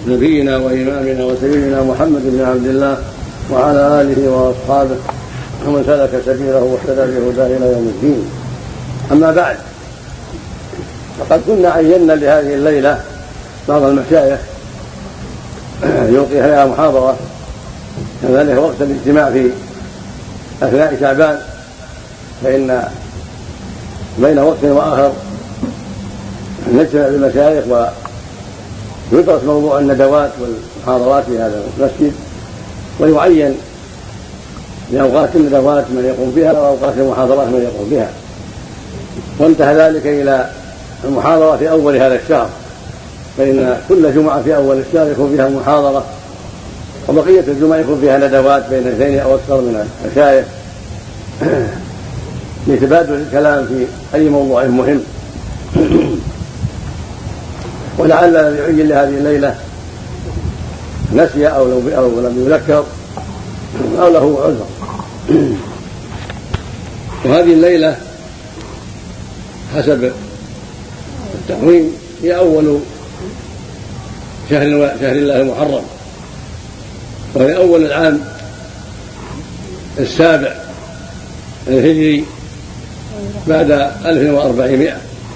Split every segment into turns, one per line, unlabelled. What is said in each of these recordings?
نبينا وإمامنا وسيدنا محمد بن عبد الله وعلى آله وأصحابه ومن سلك سبيله واهتدى بهداه إلى يوم الدين. أما بعد، فقد كنا عينا لهذه الليلة بعض المشايخ يلقي عليها محاضرة، كذلك وقت الاجتماع في أثناء شعبان، فإن بين وقت وآخر نجتمع بالمشايخ ويدرس موضوع الندوات والمحاضرات في هذا المسجد، ويعين لأوقات الندوات من يقوم بها وأوقات المحاضرات من يقوم بها. وانتهى ذلك إلى المحاضرة في أول هذا الشهر، فإن كل جمعة في أول الشهر يكون فيها محاضرة، وبقية الجمعة يكون فيها ندوات بين اثنين أو أكثر من المشايخ لتبادل الكلام في أي موضوع مهم. ولعل الذي يعين لهذه الليلة نسي أو لم يذكر أو له عذر. وهذه الليلة حسب التقويم هي أول شهر الله المحرم، وهي أول العام السابع الهجري بعد 1400،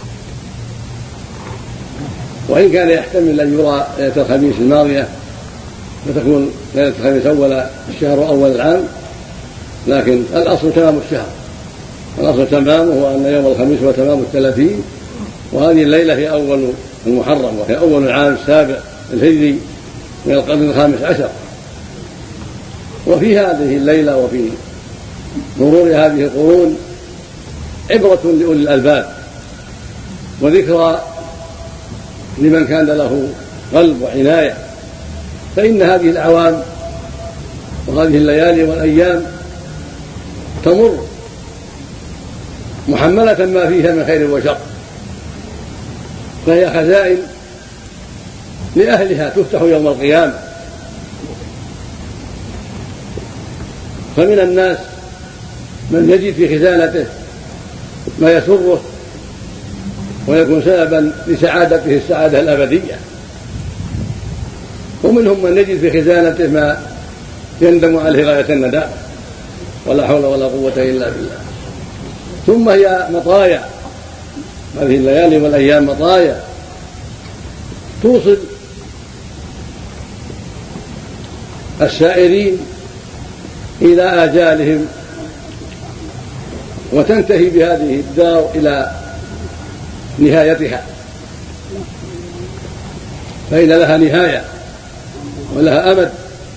وإن كان يحتمل أن يرى ليلة الخميس الماضية فتكون ليلة الخميس أول الشهر أول العام، لكن الأصل تمام الشهر، الأصل تمامه هو أن يوم الخميس هو تمام 30، وهذه الليلة هي أول المحرم وهي أول العام السابع الهجري من القرن 15. وفي هذه الليلة وفي مرور هذه القرون عبرة لأولي الألباب وذكرى لمن كان له قلب وعناية، فإن هذه الأعوام وهذه الليالي والأيام تمر محملة ما فيها من خير وشر، فهي خزائن لأهلها تفتح يوم القيامة. فمن الناس من يجد في خزانته ما يسره ويكون سببا لسعادته السعادة الأبدية، ومنهم من يجد في خزانته ما يندم عليه غاية الندامة، ولا حول ولا قوة إلا بالله. ثم هي مطايا، هذه الليالي والأيام مطايا توصل السائرين إلى آجالهم، وتنتهي بهذه الدار إلى نهايتها، فإن لها نهاية ولها أمد.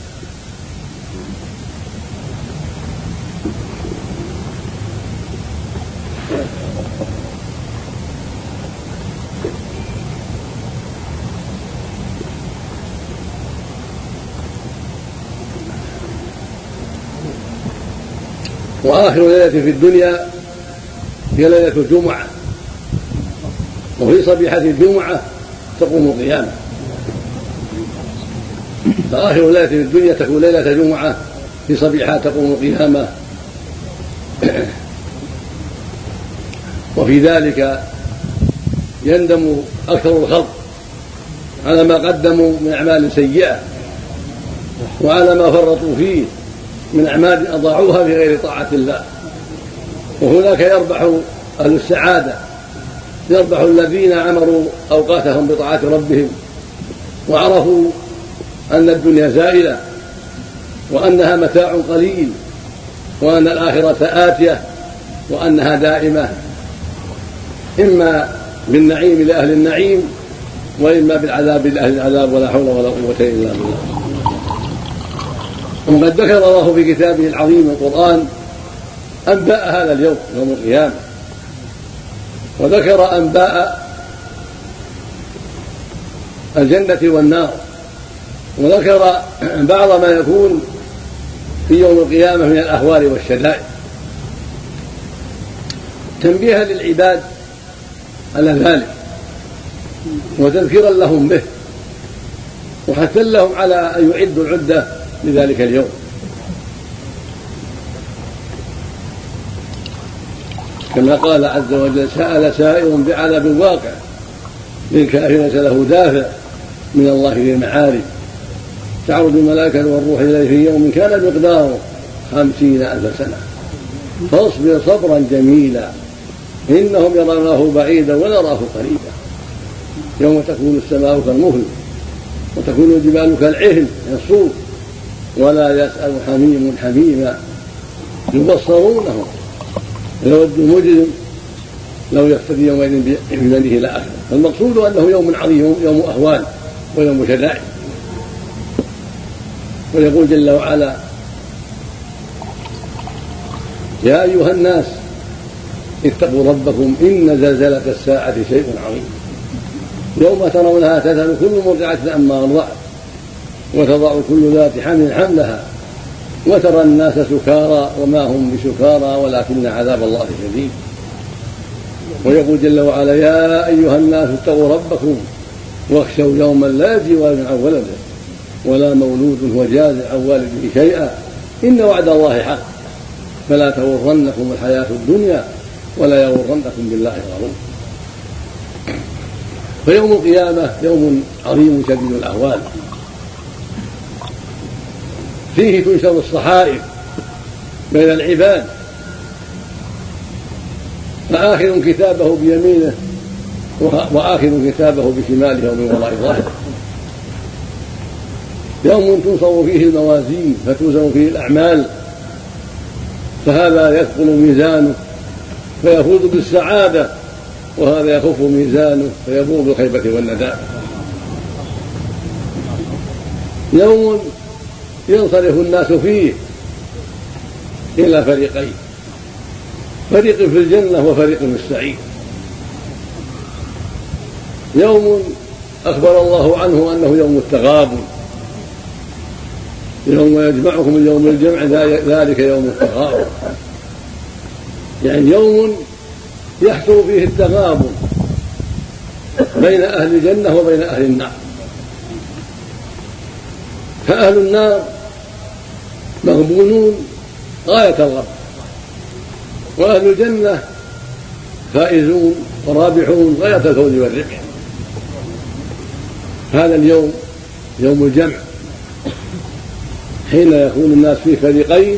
وآخر ليلة في الدنيا هي ليلة الجمعة، وفي صبيحة الجمعة تقوم القيامة، فآخر ليلة في الدنيا تكون ليلة جمعة، في صبيحة تقوم القيامة. وفي ذلك يندم أكثر الخلق على ما قدموا من أعمال سيئة وعلى ما فرطوا فيه من أعمال أضاعوها في غير طاعة الله. وهناك يربح أهل السعادة، يربح الذين عمروا أوقاتهم بطاعة ربهم وعرفوا أن الدنيا زائلة وأنها متاع قليل وأن الآخرة آتية وأنها دائمة، إما بالنعيم لأهل النعيم وإما بالعذاب لأهل العذاب، ولا حول ولا قوة إلا بالله. وقد ذكر الله في كتابه العظيم القرآن أنباء هذا اليوم يوم القيامة، وذكر أنباء الجنة والنار، وذكر بعض ما يكون في يوم القيامة من الأهوال والشدائد، تنبيها للعباد على ذلك وتذكيرا لهم به وحثا لهم على أن يعدوا العدة لذلك اليوم. كما قال عز وجل: سأل سائل بعذاب واقع للكافرين له دافع من الله ذي المعارج تعرض الملائكة والروح إليه في يوم كان مقداره 50,000 سنة فاصبر صبرا جميلا إنهم يرونه بعيدا ونراه قريبا يوم تكون السماء كالمهل وتكون الجبال كالعهن ينصور ولا يسأل حميم حميما يبصرونهم يود المجرم لو يفتدي يومئذ بمنه لا أكثر فالمقصود أنه يوم عظيم يوم أهوال ويوم شدائد ويقول جل وعلا يا أيها الناس اتقوا ربكم إن زلزلة الساعة شيء عظيم يوم ترونها تذهل كل مرضعة عما أرضعت وتضع كل ذات حمل حملها وترى الناس سكارى وما هم بسكارى ولكن عذاب الله شديد ويقول جل وعلا يا أيها الناس اتقوا ربكم واخشوا يوما لا يجزي والد عن ولده ولا مولود هو جاز عن والده شيئا إن وعد الله حق فلا تغرنكم الحياة الدنيا ولا يغرنكم بالله الغرور فيوم القيامة يوم عظيم شديد الأهوال فيه تنشر الصحائف بين العباد فآخذ كتابه بيمينه وآخذ كتابه بشماله ومن وراء ظهره يوم تنصب فيه الموازين فتوزن فيه الأعمال فهذا يثقل ميزانه فيفوز بالسعادة وهذا يخف ميزانه فيبور بالخيبة والندامة يوم ينصرف الناس فيه إلى فريقين فريق في الجنة وفريق في السعير يوم أخبر الله عنه أنه يوم التغابن يوم يجمعكم اليوم الجمع ذلك يوم التغابن يعني يوم يحصل فيه التغابن بين أهل الجنة وبين أهل النار فأهل النار مغبونون غاية الغبن وأهل الجنة فائزون ورابحون غاية الفوز والربح هذا اليوم يوم الجمع حين يكون الناس في فريقين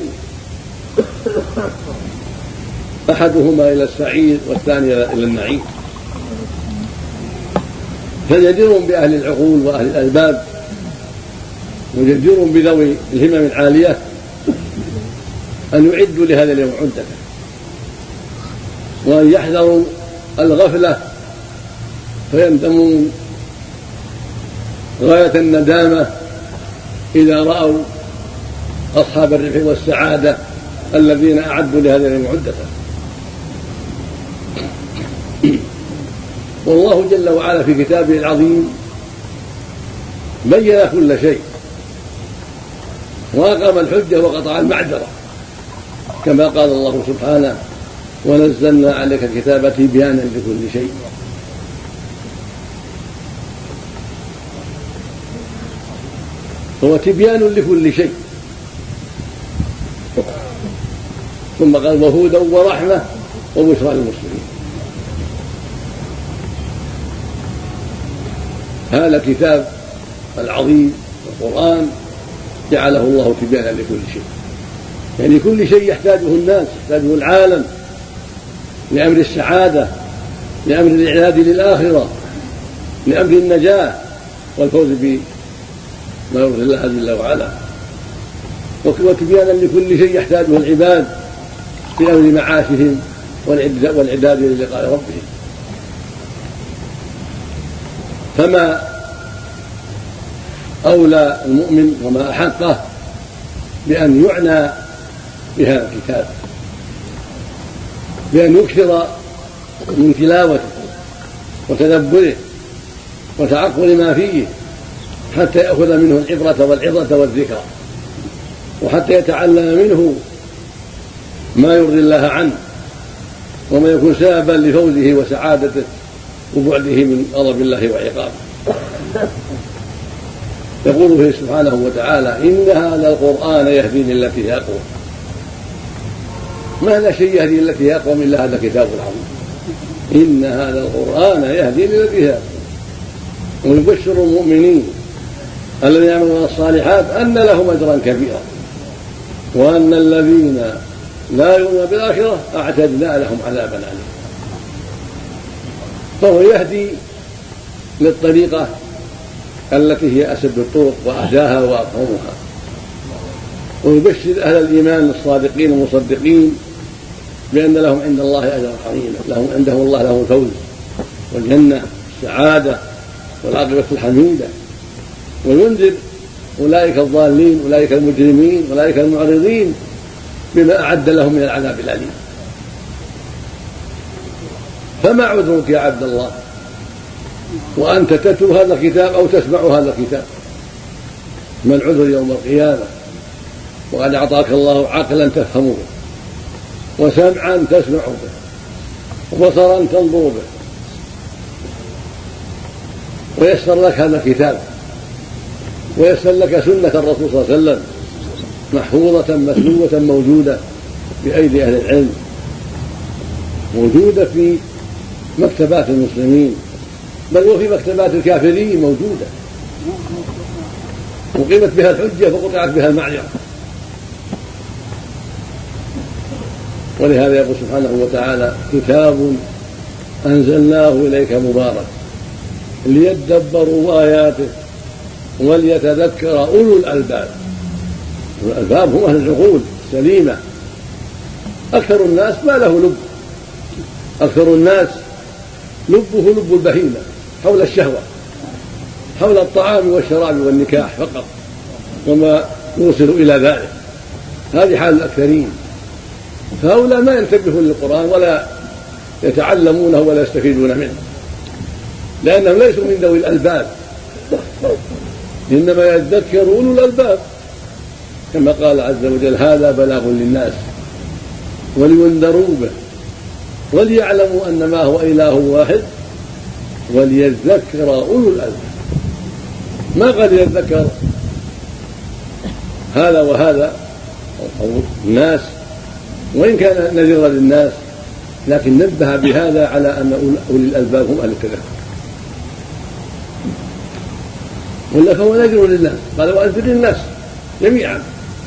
أحدهما إلى السعير والثاني إلى النعيم فجدير بأهل العقول وأهل الألباب وجدير بذوي الهمم العالية أن يعدوا لهذا اليوم عدة وأن يحذروا الغفلة فيندمون غاية الندامة إذا رأوا أصحاب الربح والسعادة الذين أعدوا لهذا اليوم عدة والله جل وعلا في كتابه العظيم بين كل شيء وأقام الحجة وقطع المعذرة كما قال الله سبحانه ونزلنا عليك الكتاب تبيانا لكل شيء هو تبيان لكل شيء ثم قال وهدى ورحمة وبشرى للمسلمين هذا الكتاب العظيم القرآن جعله الله تبيانا لكل شيء يعني كل شيء يحتاجه الناس يحتاجه العالم لأمر السعادة لأمر الإعداد للآخرة لأمر النجاة والفوز بما يرضي الله جل وعلا وتبيانا لكل شيء يحتاجه العباد في أمر معاشهم والإعداد للقاء ربهم فما أولى المؤمن وما أحقه بأن يعنى بهذا الكتاب بأن يكثر من تلاوته وتدبره وتعقل ما فيه حتى يأخذ منه العبرة والعظة والذكرى وحتى يتعلم منه ما يرضي الله عنه وما يكون سببا لفوزه وسعادته وبعده من غضب الله وعقابه يقول فيه سبحانه وتعالى إن هذا القرآن يهدي للتي هي أقوم ما لا شيء يهدي للتي هي أقوم إلا هذا الكتاب العظيم إن هذا القرآن يهدي للتي هي أقوم ويبشر المؤمنين الذين يعملون الصالحات أن لهم أجرا كبيرا، وأن الذين لا يؤمنون بالآخرة أعتدنا لهم عذابا أليما. فهو يهدي للطريقة التي هي أسد الطرق وأهداها وأفهمها، ويبشر أهل الإيمان الصادقين المصدقين بأن لهم عند الله أجرا عظيما، لهم عنده الله له الفوز والجنة والسعادة والعاقبة الحميدة، وينذر أولئك الضالين أولئك المجرمين أولئك المعرضين بما أعد لهم من العذاب الأليم. فما عذرك يا عبد الله وأنت تتلو هذا الكتاب أو تسمع هذا الكتاب؟ ما العذر يوم القيامة وقد أعطاك الله عقلا تفهم به، وسمعا تسمع به، وبصرا تنظر به، ويسر لك هذا الكتاب، ويسر لك سنة الرسول صلى الله عليه وسلم محفوظة مسلوة موجودة بأيدي أهل العلم، موجودة في مكتبات المسلمين، بل وفي مكتبات الكافرين موجودة، وقيمت بها الحجة فقطعت بها المعذرة. ولهذا يقول سبحانه وتعالى: كتاب أنزلناه إليك مبارك ليدبروا آياته وليتذكر أولو الألباب. الألباب هم أهل العقول السليمة. أكثر الناس ما له لب، أكثر الناس لبه لب البهيمة حول الشهوة، حول الطعام والشراب والنكاح فقط، وما يوصل إلى ذلك. هذه حال الأكثرين. فهؤلاء ما ينتبهون للقرآن ولا يتعلمونه ولا يستفيدون منه، لأنهم ليسوا من ذوي الألباب، إنما يذكر أولو الألباب، كما قال عز وجل: هذا بلاغ للناس ولينذروا به وليعلموا أنما هو إله واحد وليذكر أولو الألباب. ما قال يذكر هذا وهذا أو الناس، وإن كان نذيرا للناس، لكن نبه بهذا على أن أولي الألباب هم أهل التذكر. ولا فهو نذير للناس، قال: وأنذر للناس جميعا،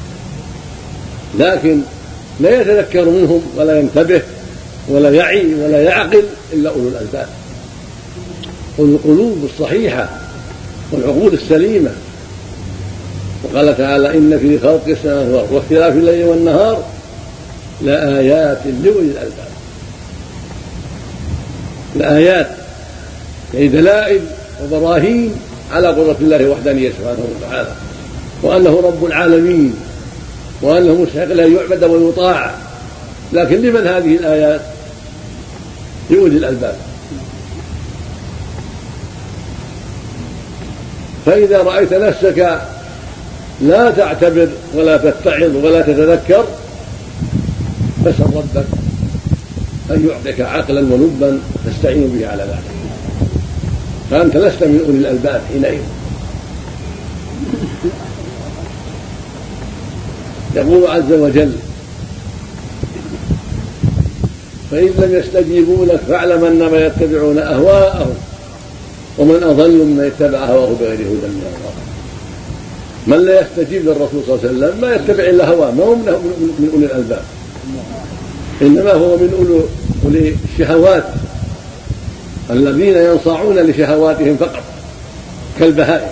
لكن لا يتذكر منهم ولا ينتبه ولا يعي ولا يعقل إلا أولو الألباب، أولو القلوب الصحيحة والعقول السليمة. وقال تعالى: إن في خلق السماوات والأرض واختلاف الليل والنهار لآيات لأولي الألباب. لآيات أي دلائل وبراهين على قدرة الله وحدانيته سبحانه وتعالى، وأنه رب العالمين، وأنه مستحق لا يعبد ويطاع. لكن لمن هذه الآيات؟ لأولي الألباب. فإذا رأيت نفسك لا تعتبر ولا تتعظ ولا تتذكر، فاسأل ربك أن يعطيك عقلا ولبا تستعين به على ذلك، فأنت لست من أولي الألباب حينئذ. يقول عز وجل: فإن لم يستجيبوا لك فاعلم أنما يتبعون أهواءهم ومن أضل ممن اتبع هواه بغير هدى من الله. من لا يستجيب للرسول صلى الله عليه وسلم ما يتبع إلا هواه، ما هو من أولي الألباب، إنما هو من أولي الشهوات الذين ينصاعون لشهواتهم فقط كالبهائم.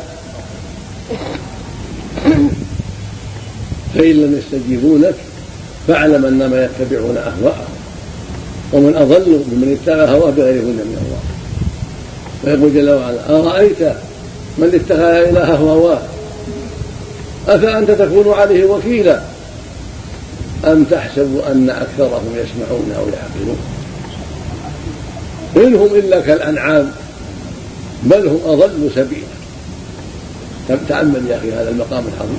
فإن لم يستجيبوا لك فاعلم أنما يتبعون أهواءهم ومن أضل ممن اتبع هواه بغير هدى من الله. ويقول جل وعلا: أرأيت من اتخذ إلهه هواه أفأنت تكون عليه وكيلا أم تحسب أن أكثرهم يسمعون أو يعقلون إن هم إلا كالأنعام بل هم أضل سبيلا. تأمل يا أخي هذا المقام العظيم،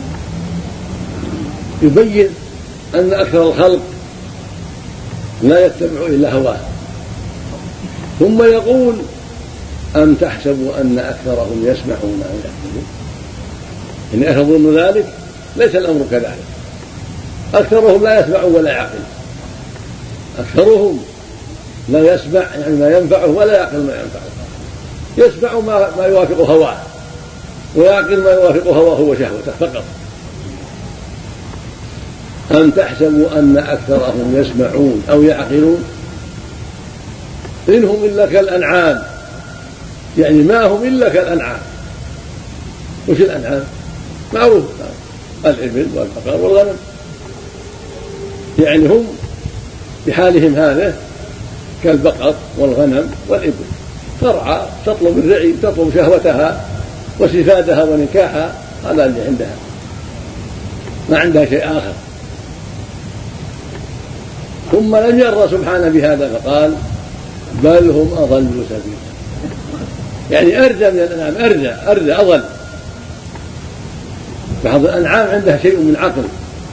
يبين أن أكثر الخلق لا يتبع إلا هواه، ثم يقول: أم تحسب أن أكثرهم يسمعون أو يعقلون. إن يظن ذلك ليس الأمر كذلك، أكثرهم لا يسمع ولا يعقل، أكثرهم لا يسمع يعني ما ينفعه ولا يعقل ما ينفعه، يسمع ما يوافق هواه ويعقل ما يوافق هواه وشهوته فقط. أم تحسبوا أن أكثرهم يسمعون أو يعقلون إن هم إلا كالأنعام، يعني ما هم إلا كالأنعام. وش الأنعام؟ معروف، الإبل والبقر والغنم، يعني هم بحالهم هذا كالبقر والغنم والإبل، ترعى تطلب الرعي، تطلب شهوتها واستفادها ونكاحها، هذا اللي عندها، ما عندها شيء آخر. ثم لم يرضى سبحانه بهذا فقال بل هم أضلوا سبيلا، يعني أردى من الأنعام، أردى أضل. بعض الأنعام عندها شيء من عقل،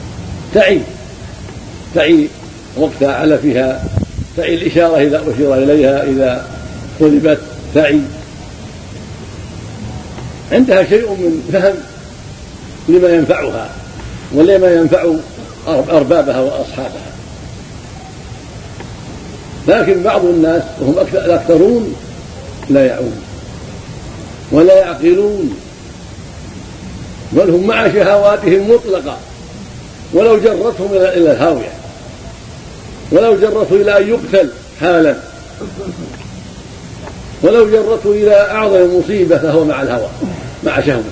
تعي وقت على فيها، تعي الإشارة إذا أشير إليها، إذا طلبت تعي، عندها شيء من فهم لما ينفعها ولما ينفع أربابها وأصحابها. لكن بعض الناس وهم الأكثرون لا يعون ولا يعقلون، بل هم مع شهواتهم مطلقة، ولو جرتهم إلى الهاوية، ولو جرته إلى أن يقتل حالا، ولو جرته إلى أعظم مصيبة فهو مع الهوى مع شهوته.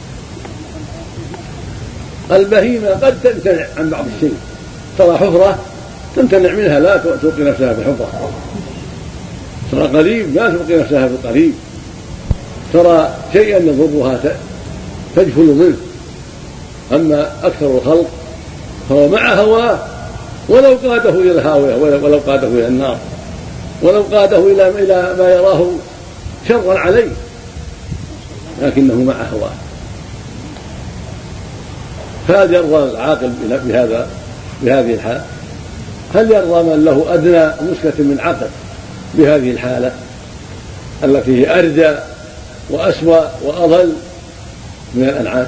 البهيمة قد تمتنع عن بعض الشيء، ترى حفرة تمتنع منها، لا تلقي نفسها في الحفرة، ترى قريب لا تلقي نفسها في القريب، ترى شيئا يضرها تجفل منه. أما أكثر الخلق فهو مع هواه، ولو قاده إلى الهاوية، ولو قاده إلى النار، ولو قاده إلى ما يراه شرا عليه، لكنه مع هواه. فهل يرضى العاقل بهذه الحال؟ هل يرضى من له أدنى مسكة من عقل بهذه الحالة التي هي أردى وأسوأ وأضل من الأنعام؟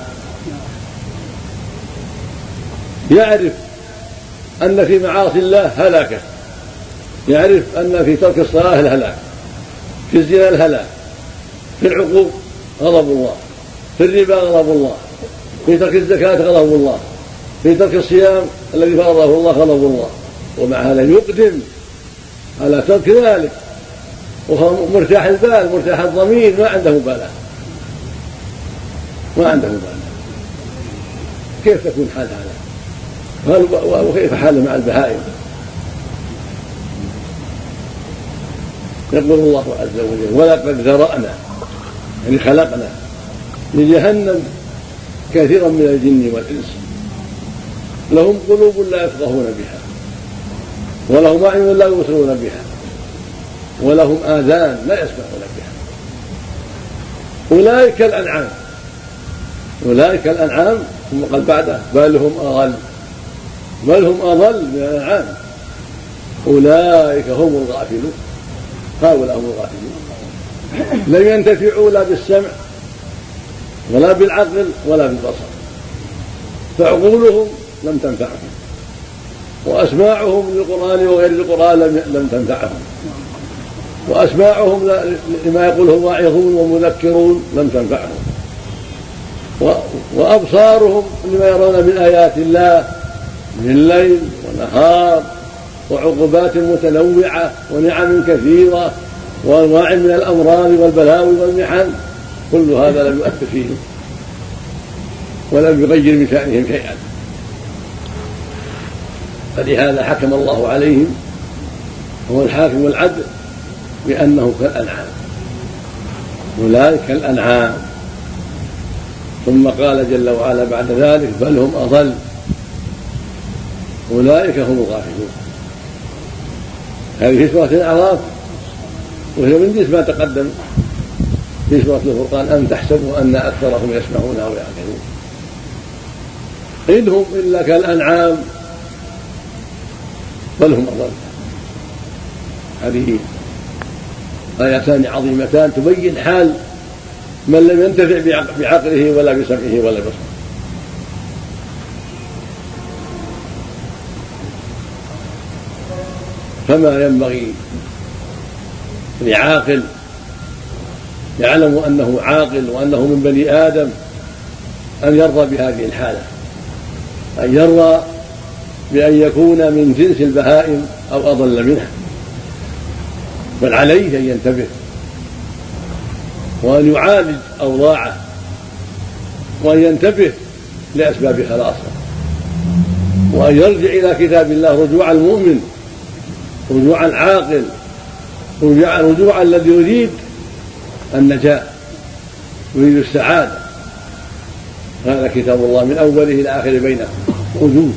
يعرف أن في معاصي الله هلاكة، يعرف أن في ترك الصلاة الهلاك، في الزنا الهلاك، في العقوق غضب الله، في الربا غضب الله، في ترك الزكاة غضب الله، في ترك الصيام الذي فرضه الله غضب الله، ومع هذا يقدم على ترك ذلك وهو مرتاح البال مرتاح الضمير، ما عنده مبالاة، ما عنده مبالاة. كيف تكون حال هذا؟ وكيف حاله مع البهائم؟ يقول الله عز وجل ولقد ذرأنا، يعني خلقنا لجهنم كثيرا من الجن والإنس لهم قلوب لا يفقهون بها، ولهم أعين لا يبصرون بها، ولهم آذان لا يسمعون بها، أولئك الأنعام، أولئك الأنعام. ثم قال بعده بل هم أضل، بل هم أضل من الأنعام، أولئك هم الغافلون، هؤلاء هم الغافلون، لم ينتفعوا لا بالسمع ولا بالعقل ولا بالبصر، فعقولهم لم تنفعهم، وأسماعهم للقرآن وغير القرآن لم تنفعهم، وأسماعهم لما يقوله واعظون ومذكرون لم تنفعهم، وأبصارهم لما يرون من آيات الله من الليل ونهار وعقوبات متنوعة ونعم كثيرة وأنواع من الأمراض والبلاوي والمحن، كل هذا لم يؤثر فيهم ولم يغير من شأنهم شيئا. فلهذا حكم الله عليهم، هو الحاكم العدل، بأنه كالأنعام، أولئك كالأنعام. ثم قال جل وعلا بعد ذلك بل هم أضل، أولئك هم الغافلون. هذه في سورة الأعراف، وهي من جنس ما تقدم في سورة الفرقان أم تحسبوا أن أكثرهم يسمعون أو يعقلون، إن هم إلا كالأنعام بل هم أضل. هذه آيتان عظيمتان تبين حال من لم ينتفع بعقله ولا بسمعه ولا بصره. فما ينبغي لعاقل يعلم أنه عاقل وأنه من بني آدم أن يرضى بهذه الحالة، أن يرضى بأن يكون من جنس البهائم أو أضل منها، بل عليه أن ينتبه وأن يعالج أوضاعه وأن ينتبه لأسباب خلاصه، وأن يرجع إلى كتاب الله رجوع المؤمن، رجوع العاقل، رجوع الذي يريد النجاة، يريد السعادة. هذا كتاب الله من أوله إلى آخر بينه وجود،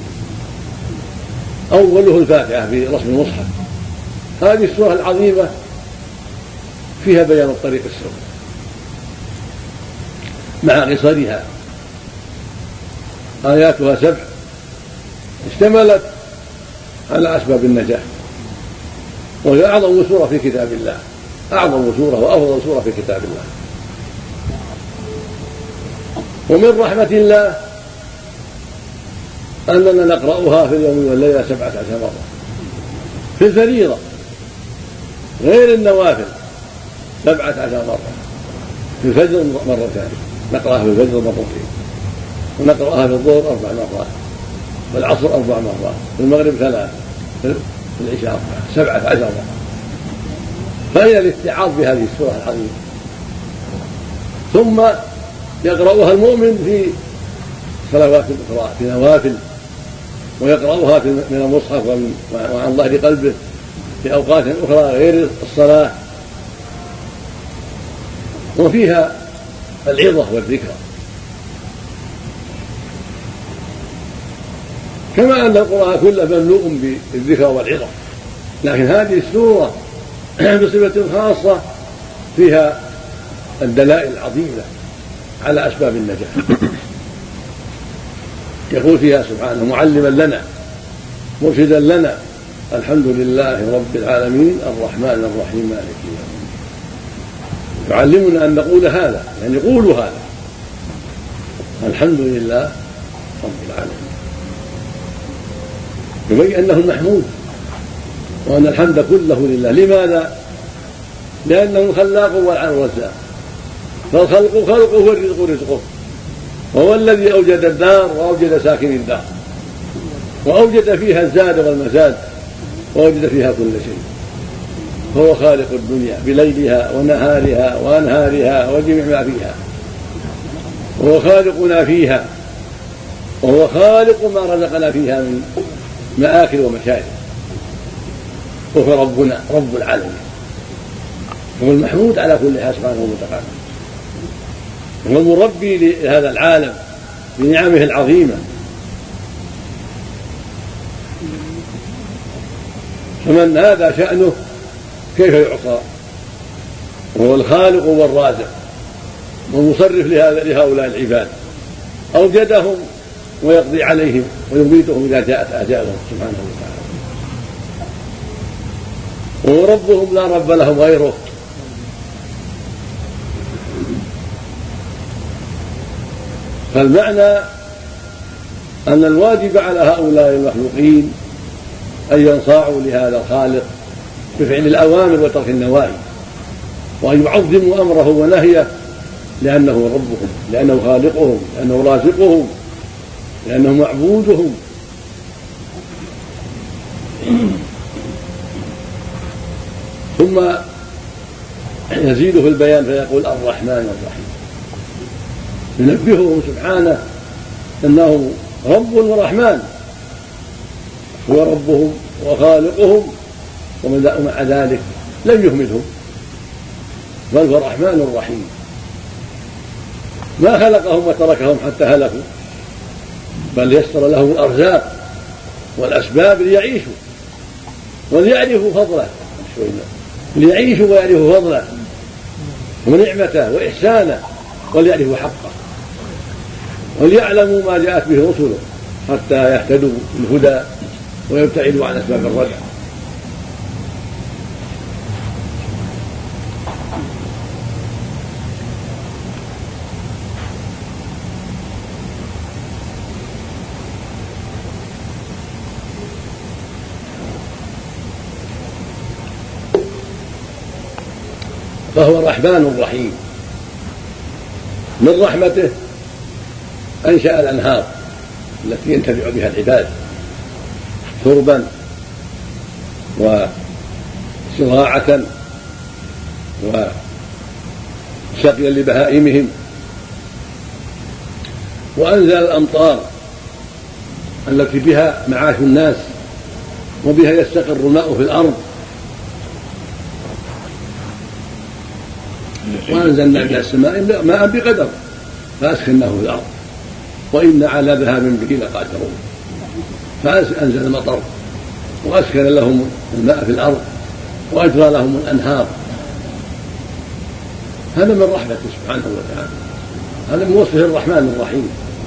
أوله الفاتحة في رسم المصحف. هذه السورة العظيمة فيها بيان الطريق السوي مع قصرها، آياتها 7 اشتملت على أسباب النجاة، وهي أعظم سورة في كتاب الله، أعظم سورة وأفضل سورة في كتاب الله. ومن رحمة الله أننا نقرأها في اليوم والليلة 17 مرة في الفريضة غير النوافل، 17 مرة في الفجر مرتين، نقرأها في الفجر مرتين، ونقرأها في الظهر 4 مرات، والعصر 4 مرات، في المغرب 3، في العشاء 17 مرة. فإلى الاستعاض بهذه السورة العظيمة. ثم يقرأها المؤمن في صلوات الأخرى، في نوافل، ويقرأها من المصحف وعن ظهر قلبه في أوقات أخرى غير الصلاة، وفيها العظة والذكر. كما أن القرآن كله مملوء بالذكر والعظة، لكن هذه السورة بصفة خاصة فيها الدلائل العظيمة على أسباب النجاة. يقول فيها سبحانه معلما لنا مرشدا لنا: الحمد لله رب العالمين الرحمن الرحيم مالك يوم الدين. يعلمنا أن نقول هذا، يعني قولوا هذا: الحمد لله رب العالمين، يبين أنه المحمود وأن الحمد كله لله. لماذا؟ لأنه الخلاق والرزاق، فالخلق خلقه والرزق رزقه، وهو الذي أوجد الدار وأوجد ساكن الدار، وأوجد فيها الزاد والمزاد، وأوجد فيها كل شيء. فهو خالق الدنيا بليلها ونهارها وأنهارها وجميع ما فيها، وهو خالقنا فيها، وهو خالق ما رزقنا فيها من مآكل ومشارب، وهو ربنا رب العالمين، هو المحمود على كل حال سبحانه وتعالى، هو المربي لهذا العالم بنعمه العظيمة. فمن هذا شأنه كيف يعصى؟ وهو الخالق والرازق والمصرف لهؤلاء العباد، أوجدهم ويقضي عليهم ويميتهم إذا جاءت أجالهم سبحانه وتعالى، وهو ربهم لا رب لهم غيره. فالمعنى أن الواجب على هؤلاء المخلوقين أن ينصاعوا لهذا الخالق بفعل الأوامر وترك النواهي، وأن يعظموا أمره ونهيه، لأنه ربهم، لأنه خالقهم، لأنه رازقهم، لأنه معبودهم. ثم يزيد في البيان فيقول الرحمن الرحيم، ينبههم سبحانه أنه رب ورحمن، هو ربهم وخالقهم، ومع ذلك لم يهملهم، بل هو رحمن رحيم، ما خلقهم وتركهم حتى هلكوا، بل يسر لهم الأرزاق والأسباب ليعيشوا وليعرفوا فضله، ليعيشوا ويعرفوا فضله ونعمته وإحسانه، وليعرفوا حقه، وليعلموا ما جاءت به رسله حتى يهتدوا بالهدى ويبتعدوا عن أسباب الردع. فهو الرحمن الرحيم، من رحمته أنشأ الأنهار التي ينتفع بها العباد شربا وزراعة وسقيا لبهائمهم، وأنزل الأمطار التي بها معاش الناس وبها يستقر الماء في الأرض، وأنزلنا من السماء ماء بقدر فأسكناه في الأرض وإن على ذهاب به لقادرون. فأنزل المطر وأسكن لهم الماء في الأرض وأجرى لهم الأنهار. هذا من رحمته سبحانه وتعالى، هذا من وصفه الرحمن الرحيم.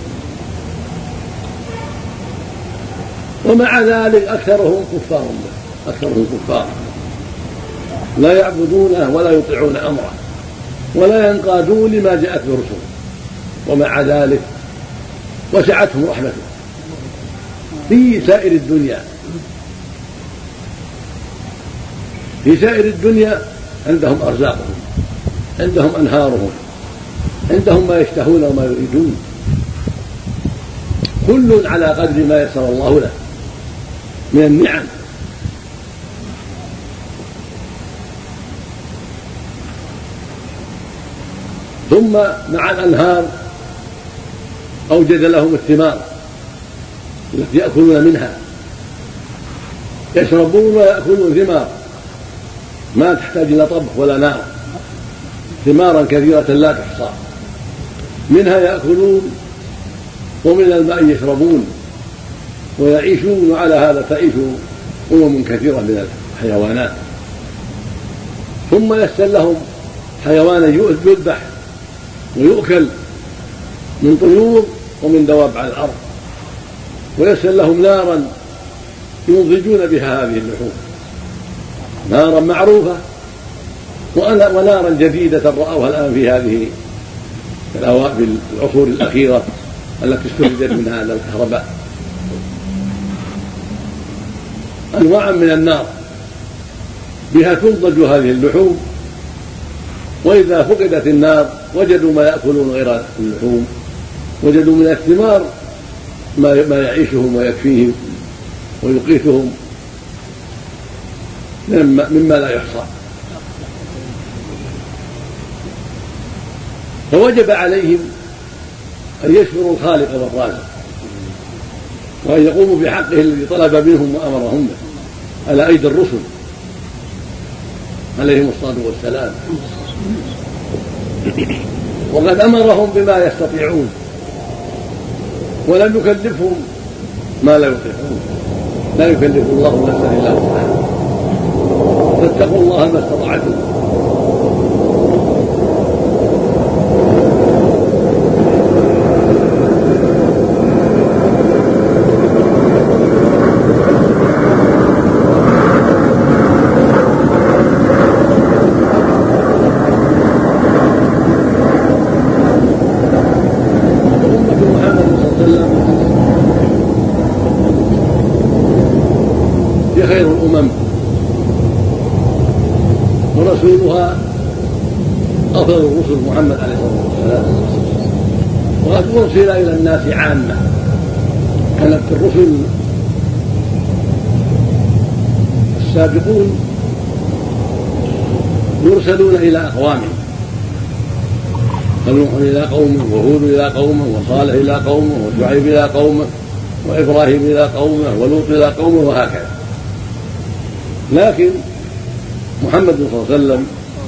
ومع ذلك أكثرهم كفار لا يعبدونه ولا يطيعون أمره ولا ينقادون لما جاءت برسله، ومع ذلك وسعتهم رحمته في سائر الدنيا عندهم أرزاقهم، عندهم أنهارهم، عندهم ما يشتهون وما يريدون، كل على قدر ما يسر الله له من النعم. ثم مع الأنهار أوجد لهم الثمار التي يأكلون منها، يشربون ويأكلون ثمار ما تحتاج إلى طبخ ولا نار، ثمارا كثيرة لا تحصى، منها يأكلون ومن الماء يشربون ويعيشون، وعلى هذا تعيش كثيرة من الحيوانات. ثم يسر لهم حيوانا يذبح ويؤكل من طيور ومن دواب على الأرض، ويسر لهم نارا ينضجون بها هذه اللحوم، نارا معروفة ونارا جديدة رأوها الآن في هذه العصور الأخيرة التي استخرجت منها الكهرباء، أنواع من النار بها تنضج هذه اللحوم. وإذا فقدت النار وجدوا ما يأكلون غير اللحوم، وجدوا من الثمار ما يعيشهم ويكفيهم ويقيتهم مما لا يحصى. فوجب عليهم أن يشكروا الخالق والرازق، وأن يقوموا بحقه الذي طلب منهم وأمرهم به على أيدي الرسل عليهم الصلاة والسلام. وقد أمرهم بما يستطيعون ولم يكلفهم ما لا يطيقون، لا يكلف الله نفسا إلا وسعها، فاتقوا الله ما استطعتم. خير الأمم ورسولها أفضل الرسل محمد عليه الصلاة والسلام، وقد أرسل إلى الناس عامة. كانت الرسل السابقون يرسلون إلى أقوامهم، فنوح إلى قومه، وهود إلى قومه، وصالح إلى قومه، وشعيب إلى قومه، وإبراهيم إلى قومه، ولوط إلى قومه، وهكذا. لكن محمد صلى الله عليه وسلم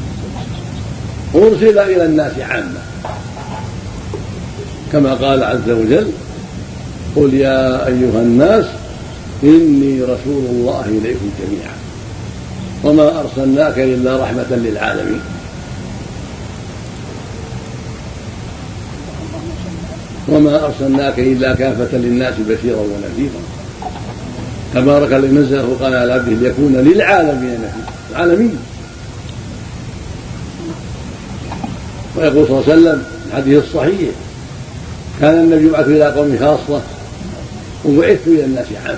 أرسل إلى الناس عامة، كما قال عز وجل: قل يا أيها الناس إني رسول الله إليكم جميعا وما أرسلناك إلا رحمة للعالمين. وما أرسلناك إلا كافة للناس بشيرا ونذيرا. تبارك الذي نزل القرآن على عبده ليكون للعالمين نذيرا، العالمين. ويقول صلى الله عليه وسلم في الحديث الصحيح: كان النبي يبعث إلى قوم خاصة وبعثت إلى الناس عامة.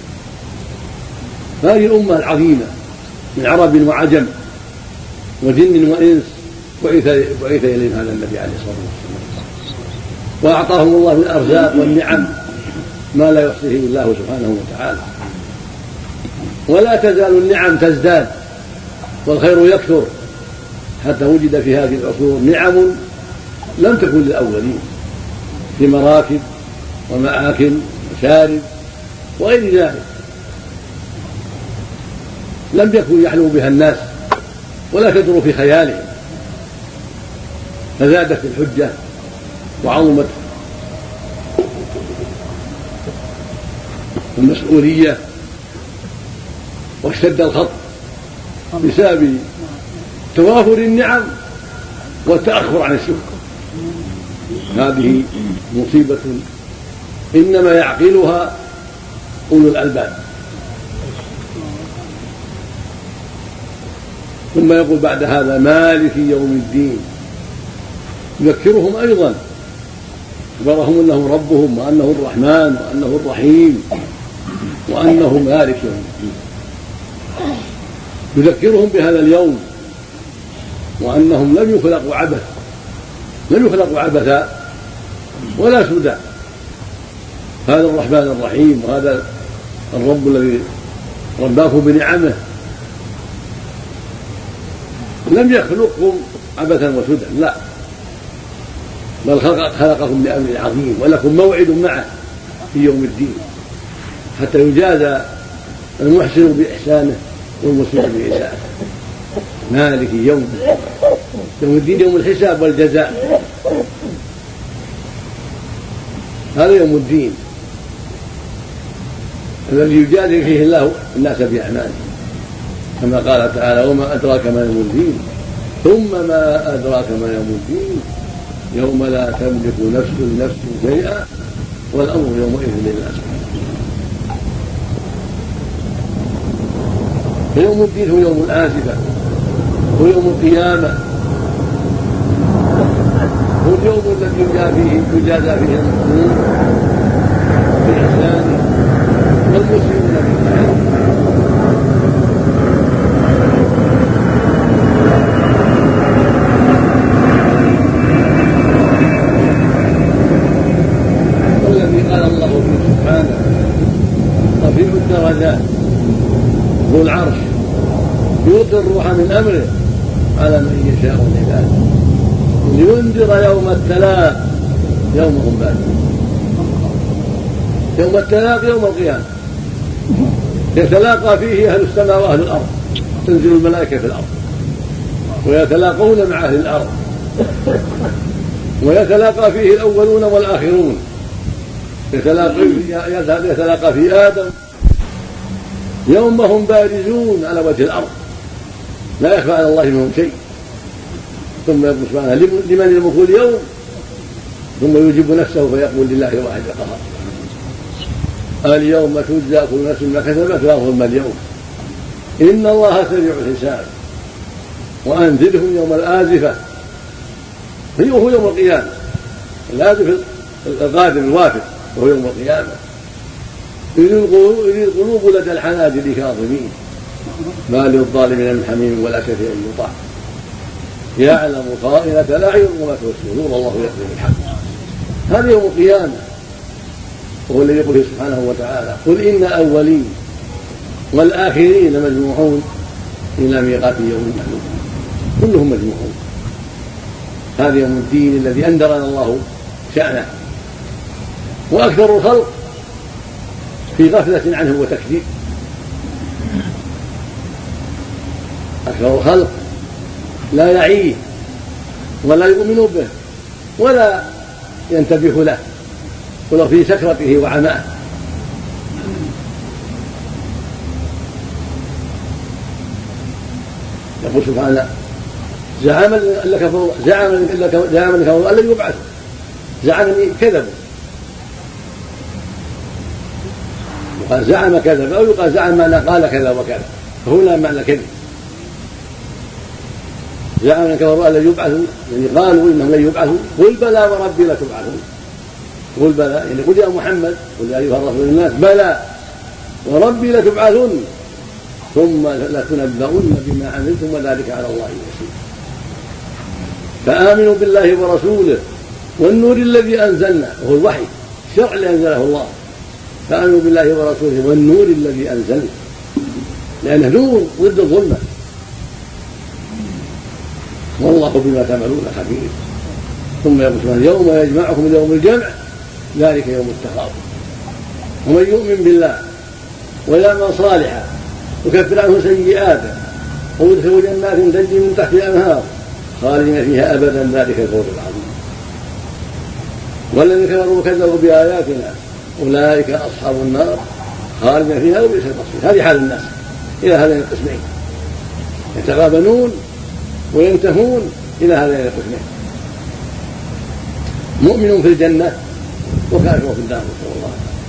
هذه الأمة العظيمة من عرب وعجم وجن وإنس بعث إليهم هذا النبي عليه الصلاة والسلام. وأعطاهم الله من الأرزاق والنعم ما لا يحصيه الله سبحانه وتعالى. ولا تزال النعم تزداد والخير يكثر حتى وجد في هذه العصور نعم لم تكن للأولين في مراكب ومآكل وشارب وغير ذلك، لم يكن يحلم بها الناس ولا تدور في خيالهم، فزادت الحجة وعظمت المسؤولية واشتد الخط بسبب توافر النعم والتأخر عن الشكر. هذه مصيبة إنما يعقلها أولو الألباب. ثم يقول بعد هذا مالك يوم الدين، يذكرهم أيضا، أخبرهم أنه ربهم وأنه الرحمن وأنه الرحيم وأنه مالك يوم الدين، يذكرهم بهذا اليوم وأنهم لم يخلقوا عبث، لم يخلقوا عبثا ولا سدى. هذا الرحمن الرحيم وهذا الرب الذي رباكم بنعمه لم يخلقكم عبثا وسدى، لا، بل خلقكم لأمر عظيم ولكم موعد معه في يوم الدين حتى يجازى المحسن بإحسانه والمسيء بإساءته. مالك يوم الدين يوم الحساب والجزاء، هذا يوم الدين الذي يجازي فيه الله الناس بأعمالهم، كما قال تعالى وما أدراك ما يوم الدين، ثم ما أدراك ما يوم الدين يوم لا تملك نفس لنفس شيئا والأمر يومئذ لله. فيوم الدين هو يوم الآزفة، هو يوم القيامة، هو اليوم الذي يجازى فيه المؤمنون بإحسانه والمسلمون بإحسانه. والذي قال الله فيه سبحانه رفيع الدرجات ذو العرش يلقي الروح من أمره على من يشاء من عباده لينذر يوم التلاق يوم هم بادئون. يوم التلاق يوم القيامة يتلاقى فيه أهل السماء وأهل الأرض، تنزل الملائكة في الأرض ويتلاقون مع أهل الأرض، ويتلاقى فيه الأولون والآخرون، يتلاقى في آدم يوم هم بارزون على وجه الأرض لا يخفى على الله منهم شيء. ثم يقول سبحانه لمن الملك اليوم، ثم يجيب نفسه فيقول لله واحد القهار اليوم تجزى كل نفس ما كسبت لا ظلم اليوم إن الله سريع الحساب وأنذرهم يوم الآزفة. هو يوم القيامة، الآزفة القادم الوافد وهو يوم القيامة. إذ القلوب لدى الحناجر كاظمين ما للظالمين من حميم ولا شفيع يطاع يعلم خائنة الأعين وما تخفي الصدور والله يقضي بالحق. هذا يوم القيامة، وهو الذي يقول سبحانه وتعالى قل إن الأولين والآخرين مجموعون إلى ميقات يوم معلوم، كلهم مجموعون. هذا يوم الدين الذي أنذرنا الله شأنه، وأكثر الخلق في غفلة عنه وتكذيب. أكثر الخلق لا يعيه ولا يؤمن به ولا ينتبه له ولو في سكرته وعماه. يقول سبحانه زعم الذين كفروا أن لن يبعثوا، زعم كذبوا، يقال زعم كذب أو يقال زعم معنى قال كذا وكذا، فهنا معنى كذب. زعم الذين كفروا أن لن يبعثوا، يعني قالوا إنهم لن يبعثوا، قل بلى وربي لتبعثون. قل بلى يعني قل يا محمد قل يا أيها الرسول للناس بلى وربي لتبعثون ثم لتنبؤن بما عملتم وذلك على الله يسير. فآمنوا بالله ورسوله والنور الذي أنزلنا وهو الوحي الشرع اللي أنزله الله، فآمنوا بالله ورسوله والنور الذي أنزلنا، لأنه نور ضد الظلمة، والله بما تعملون خبير. ثم يقول يوم يجمعكم ليوم الجمع ذلك يوم التغابن، ومن يؤمن بالله ويعمل صالحا يكفر عنه سيئاته ويدخل جنات تجري من تحت الأنهار خالدين فيها أبدا ذلك الفوز العظيم. والذين كفروا وكذبوا بآياتنا أولئك أصحاب النار خالدين فيها وبئس المصير. هذه حال الناس إلى هذين القسمين، يتغابنون وينتهون إلى هذين القسمين، مؤمن في الجنة وكافر في النار، نسأل الله.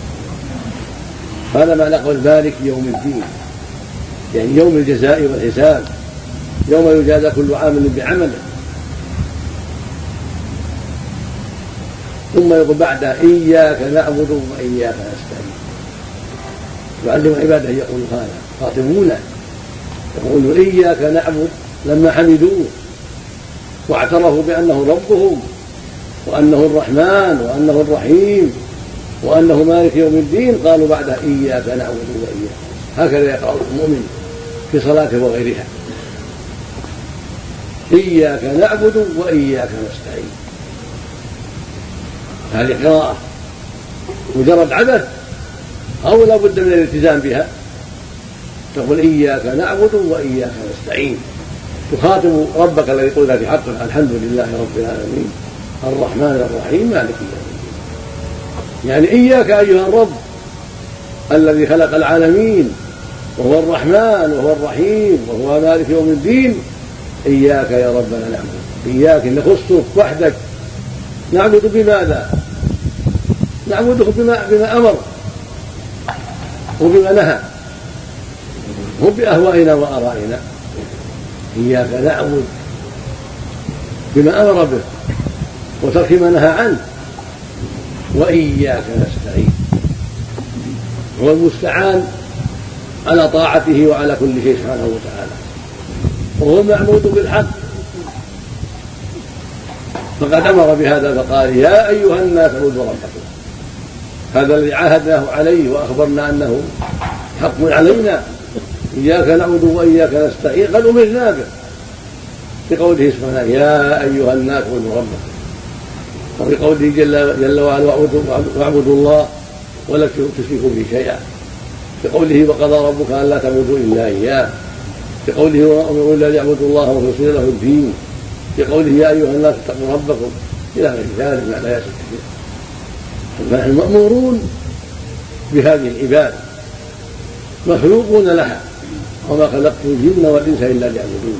هذا معنى قول ذلك يوم الدين، يعني يوم الجزاء والحساب، يوم يجازى كل عامل بعمله. ثم يقول بعدها إياك نعبد وإياك نستعين، يعلم عباده يقول هذا خاطبونا، يقول إياك نعبد لما حمدوه واعترفوا بأنه ربهم وأنه الرحمن وأنه الرحيم وأنه مالك يوم الدين، قالوا بعدها إياك نعبد وإياك. هكذا يقرأ المؤمن في صلاته وغيرها، إياك نعبد وإياك نستعين. هذه قراءة مجرد عبث أو لا بد من الالتزام بها، تقول إياك نعبد وإياك نستعين، تخاطب ربك الذي قلنا في حقه الحمد لله رب العالمين الرحمن الرحيم مالك يوم الدين، يعني إياك أيها الرب الذي خلق العالمين وهو الرحمن وهو الرحيم وهو مالك يوم الدين، إياك يا ربنا نعبد، إياك نخصك وحدك، نعبد بماذا؟ نعبده بما أمر وبما نهى، هم بأهوائنا وآرائنا. إياك نعبد بما أمر به وترك ما نهى عنه، وإياك نستعين، هو المستعان على طاعته وعلى كل شيء سبحانه وتعالى، وهو المعبود بالحق. فقد أمر بهذا فقال يا أيها الناس اعبدوا ربكم، هذا الذي عاهدناه عليه وأخبرنا أنه حق علينا. إياك نعبد وإياك نستعين قد أمرنا به بقوله سبحانه يا أيها الناس اعبدوا ربكم، وفي قوله جل وعلا واعبدوا الله ولا تشركوا به شيئا، في قوله وقضى ربك ألا تعبدوا إلا إياه، في قوله وأمروا إلا ليعبدوا الله ويخلصوا له الدين، في قوله يا أيها الناس اتقوا ربكم إلى غير ذلك من الآيات الكثيرة. فنحن مأمورون بهذه العبادة، مخلوقون لها، وما خلقت الجن والإنس إلا ليعبدون.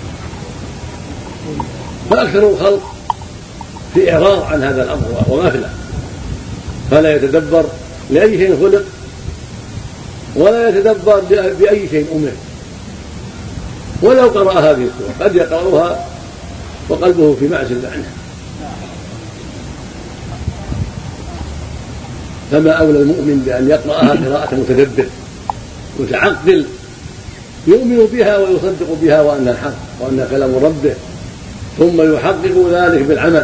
فأكثر الخلق في إعراض عن هذا الأمر وغفلة، فلا يتدبر لأي شيء خلق ولا يتدبر بأي شيء أمر. ولو قرأ هذه السورة قد يقرأها وقلبه في معزل عنها، فما أولى المؤمن بأن يقرأها قراءة متدبر متعقل يؤمن بها ويصدق بها وأنها الحق وأنها كلام ربه، ثم يحقق ذلك بالعمل،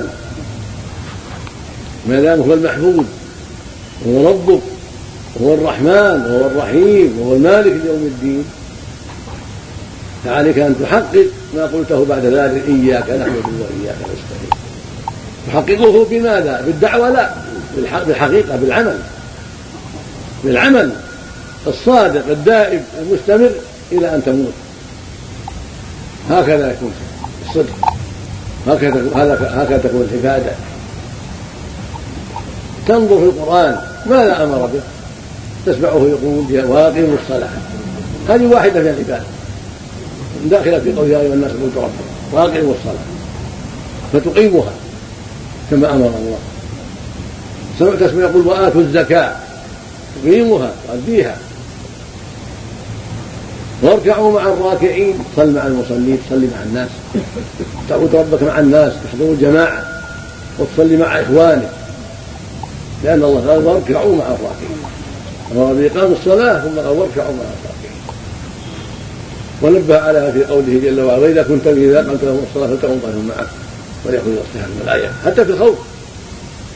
ما دام هو المحمود وهو ربك وهو الرحمن وهو الرحيم وهو المالك ليوم الدين، فعليك أن تحقق ما قلته بعد ذلك إياك نعبد وإياك نستعين. تحققه بماذا؟ بالدعوة؟ لا، بالحقيقة، بالعمل الصادق الدائم المستمر إلى أن تموت. هكذا يكون الصدق، هكذا تكون العبادة. تنظر في القرآن ماذا أمر به، تسمعه يقول واقيموا الصلاة، هذه واحدة من العبادة داخلة في قول يا أيها الناس اعبدوا ربكم واقيموا الصلاة، فتقيمها كما أمر الله. تسمع يقول وآتوا الزكاة، تقيمها تؤديها. واركعوا مع الراكعين، صل مع المصلين، تصلي مع الناس، تعبد ربك مع الناس، تحضر الجماعة وتصلي مع إخوانك، لأن الله قال واركعوا مع الراكعين، أمر بإقام الصلاة ثم قال واركعوا مع الراكعين. ونبه عليها في قوله جل وعلا وإذا كنت إذا قمت لهم الصلاة فلتقم طائفة معك وليأخذوا أسلحتهم من الآية. حتى في الخوف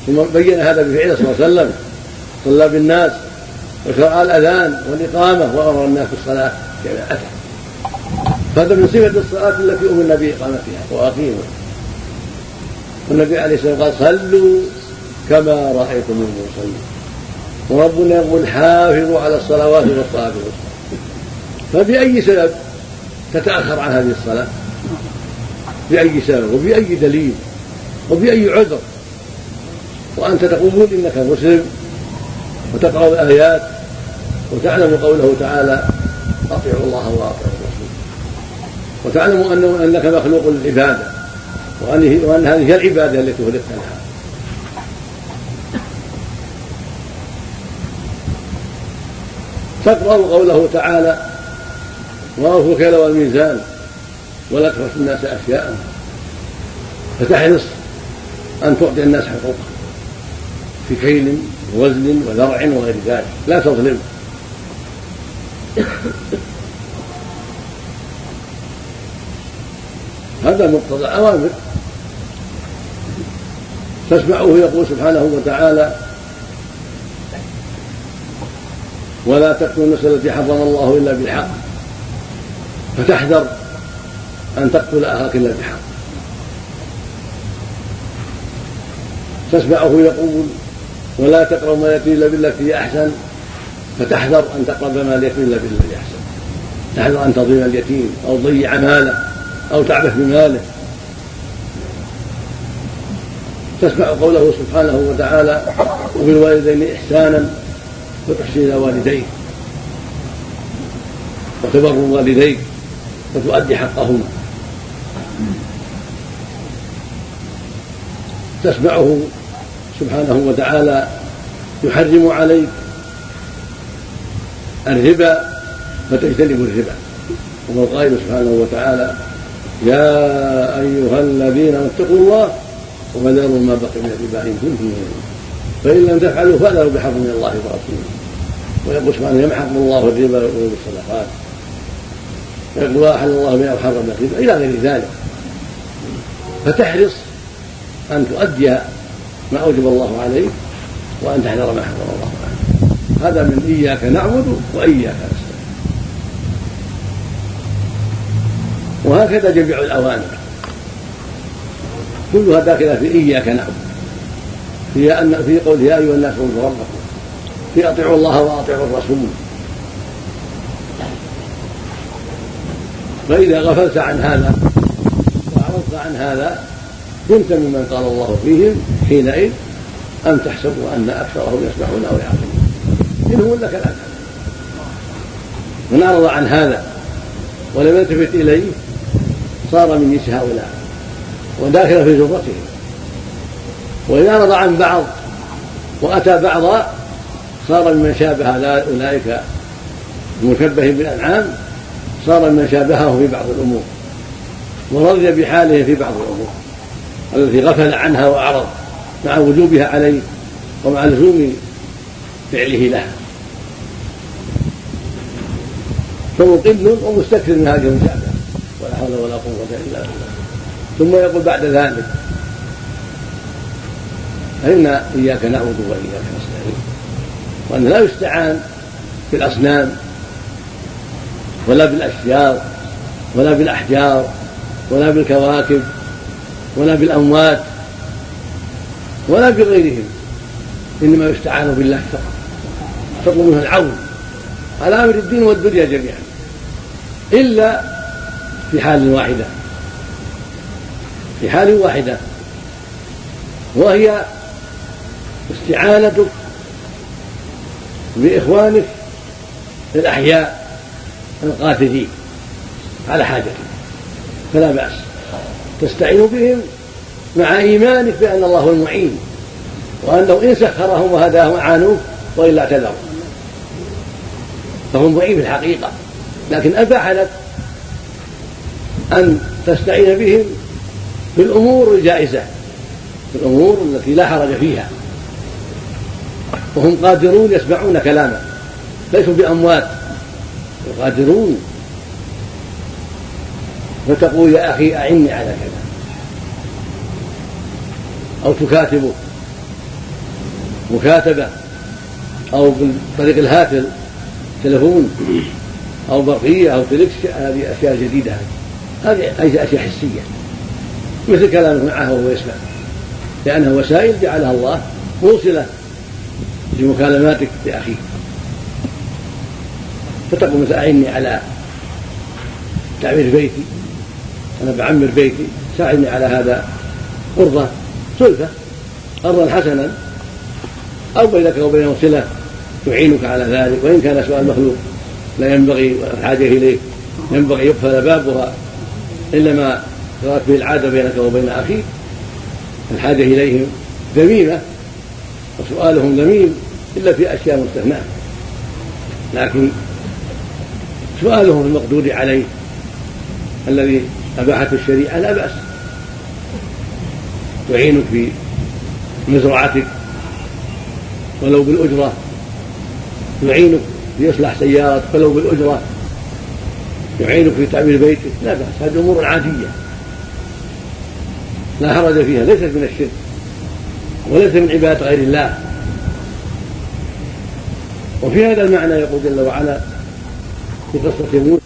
ثم بين هذا بفعله صلى الله عليه وسلم، صلى بالناس وشرع الأذان والإقامة وأمر الناس بالصلاة جماعة. فهذا من صفة الصلاة التي أمرنا بإقامتها وأقيموا. والنبي عليه الصلاة والسلام قال صلوا كما رأيتموني أصلي، وربنا يقول حافظوا على الصلوات والصلاة الوسطى. فبأي سبب تتأخر عن هذه الصلاة؟ بأي سبب وبأي دليل وبأي عذر وأنت تقول إنك مسلم وتقرأ الآيات وتعلم قوله تعالى أطيعوا الله وأطيعوا الرسول، وتعلم أنك مخلوق للعبادة وأن هذه هي العبادة التي خلقت لها. تقرأ قوله تعالى وأوفوا الكيل والميزان ولا تبخسوا الناس أشياء، فتحرص أن تعطي الناس حقوقهم في كيل ووزن وذرع وغير ذلك، لا تظلم. هذا مقتضى الأوامر. تسمعه يقول سبحانه وتعالى ولا تقتلوا النفس التي حرم الله إلا بالحق، فتحذر أن تقتل أخاك إلا بالحق. تسمعه يقول ولا تقربوا مال اليتيم إلا بالتي هي أحسن، فتحذر أن تقرب مال اليتيم إلا بالتي هي أحسن. تحذر أن تظلم اليتيم أو تضيع ماله أو تعبث بماله. تسمع قوله سبحانه وتعالى وبالوالدين إحسانا وتحسن إلى والديك وتبر والديك وتؤدي حقهما. تسمعه سبحانه وتعالى يحرم عليك الربا فتجتنب الربا، وهو القائل سبحانه وتعالى يا أيها الذين اتقوا الله وذروا ما بقي من الربا إن كنتم مؤمنين فإن لم تفعلوا فأذروا بحرب من الله ورسوله. ويقول سبحانه يمحق الله الربا ويربي الصدقات، ويقول وأحل الله بها وحرم الربا إلى غير ذلك. فتحرص أن تؤدي ما أوجب الله عليك وأن تحذر ما حرم الله عليك. هذا من إياك نعبد وإياك نستعين. وهكذا جميع الأوامر كلها داخلة في إياك نعبد، في قوله يا أيها الناس اعبدوا ربكم، في أطيعوا الله وأطيعوا الرسول. فإذا غفلت عن هذا وأعرضت عن هذا كنت ممن قال الله فيهم حينئذ أم تحسبوا أن أكثرهم يسمعون أو يعقلون إنهم لك الأكثر. من أعرض عن هذا ولم يلتفت إليه صار من جنس هؤلاء وداخل في زمرتهم. وإن أعرض عن بعض وأتى بعضا صار من شابه أولئك المشبه بالأنعام، صار من شابهه في بعض الأمور ورضي بحاله في بعض الأمور التي غفل عنها وأعرض مع وجوبها عليه ومع لزوم فعله لها. فمقل ومستكثر من هذه المشابهة ولا حول ولا قوة إلا بالله. ثم يقول بعد ذلك فإن إياك نعبد وإياك نستعين، وأن لا يستعان بالأصنام ولا بالأشجار ولا بالأحجار ولا بالكواكب ولا بالأموات ولا بغيرهم، إنما يستعان بالله فقط، تطلب منه العون على أمر الدين والدنيا جميعا، إلا في حال واحدة، في حال واحدة وهي استعانتك بإخوانك الأحياء القاتلين على حاجتك، فلا بأس تستعين بهم مع إيمانك بأن الله هو المعين، وأنه إن سخرهم وهداهم أعانوك وإلا اعتذروا، فهم ضعيف في الحقيقة، لكن أباح لك أن تستعين بهم في الأمور الجائزة، في الأمور التي لا حرج فيها، وهم قادرون يسمعون كلامك، ليسوا بأموات قادرون. فتقول يا أخي أعني على كذا، أو تكاتبه مكاتبة أو بطريق الهاتف تلفون أو برقية أو تلكس، هذه أشياء جديدة، هذه أشياء حسية مثل كلامك معه وهو يسمع، لأنها وسائل جعلها الله موصلة لمكالماتك بأخيك، فتقول مثل أعني على تعمير بيتي، أنا بعمر بيتي، ساعدني على هذا قرضة سلفة قرضا حسنا، أو بينك وبينه صلة تعينك على ذلك. وإن كان سؤال مخلوق لا ينبغي والحاجة إليه ينبغي يقفل بابها إلا ما جرت به العادة بينك وبين أخيك، الحاجة إليهم ذميمة وسؤالهم ذميم إلا في أشياء مستثناة، لكن سؤالهم المقدور عليه الذي أباحته الشريعة لا بأس، يعينك في مزرعتك ولو بالأجرة، يعينك في إصلاح سيارتك ولو بالأجرة، يعينك في تعمير بيتك، لا بأس، هذه أمور عادية لا حرج فيها، ليست من الشرك وليست من عبادة غير الله. وفي هذا المعنى يقول جل وعلا في قصة موسى: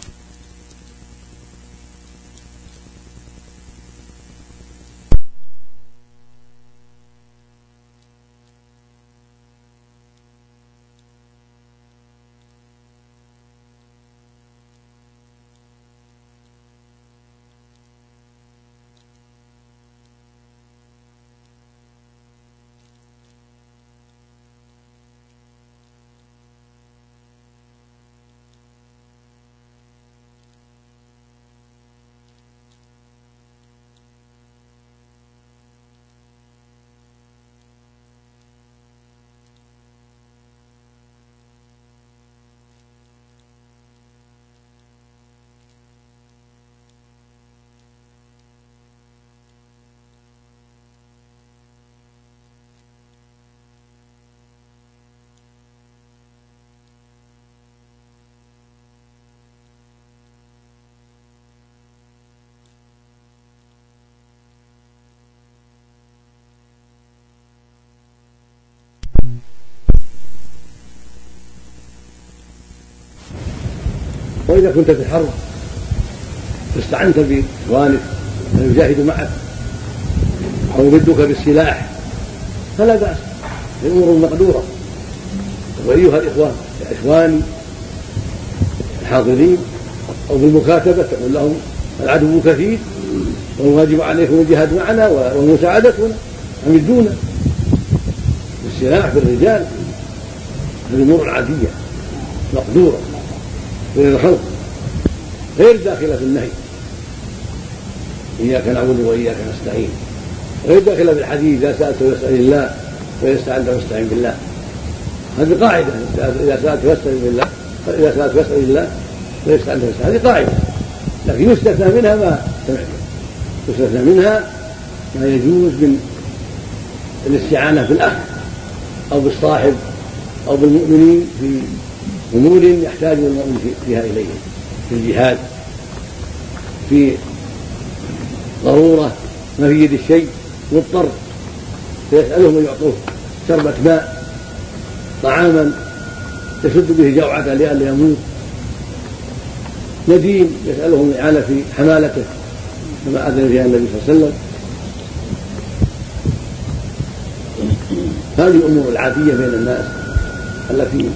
وإذا كنت في الحرب فاستعنت بإخوانك من يجاهدوا معك أو يمدك بالسلاح فلا بأس، الأمور مقدورة. وأيها الإخوان يا إخواني الحاضرين أو بالمكاتبة تقول لهم: العدو كثير والواجب عليكم الجهاد معنا ومساعدتنا، أمدونا بالسلاح بالرجال، هذه أمور عادية مقدورة غير الخلق، غير داخلة في النهي إياك نعبد وإياك نستعين، غير داخلة في الحديث: إذا سألت فاسأل الله وإذا استعنت فاستعن بالله. هذه قاعدة: إذا سألت فاسأل بالله، إذا سألت فاسأل الله وإذا استعنت فاستعن، هذه قاعدة. لكن يستثنى منها ما سمعت، يستثنى منها ما يجوز من الاستعانة بالأخ أو بالصاحب أو بالمؤمنين في أمور يحتاج المؤمن فيها إليهم، في الجهاد، في ضرورة ما في يد الشيء مضطر فيسألهم أن يعطوه شربة ماء، طعاما يسد به جوعة لئلا يموت، نديم يسألهم الإعانة في حمالته كما أذن فيها النبي صلى الله عليه وسلم. هذه الأمور العادية بين الناس التي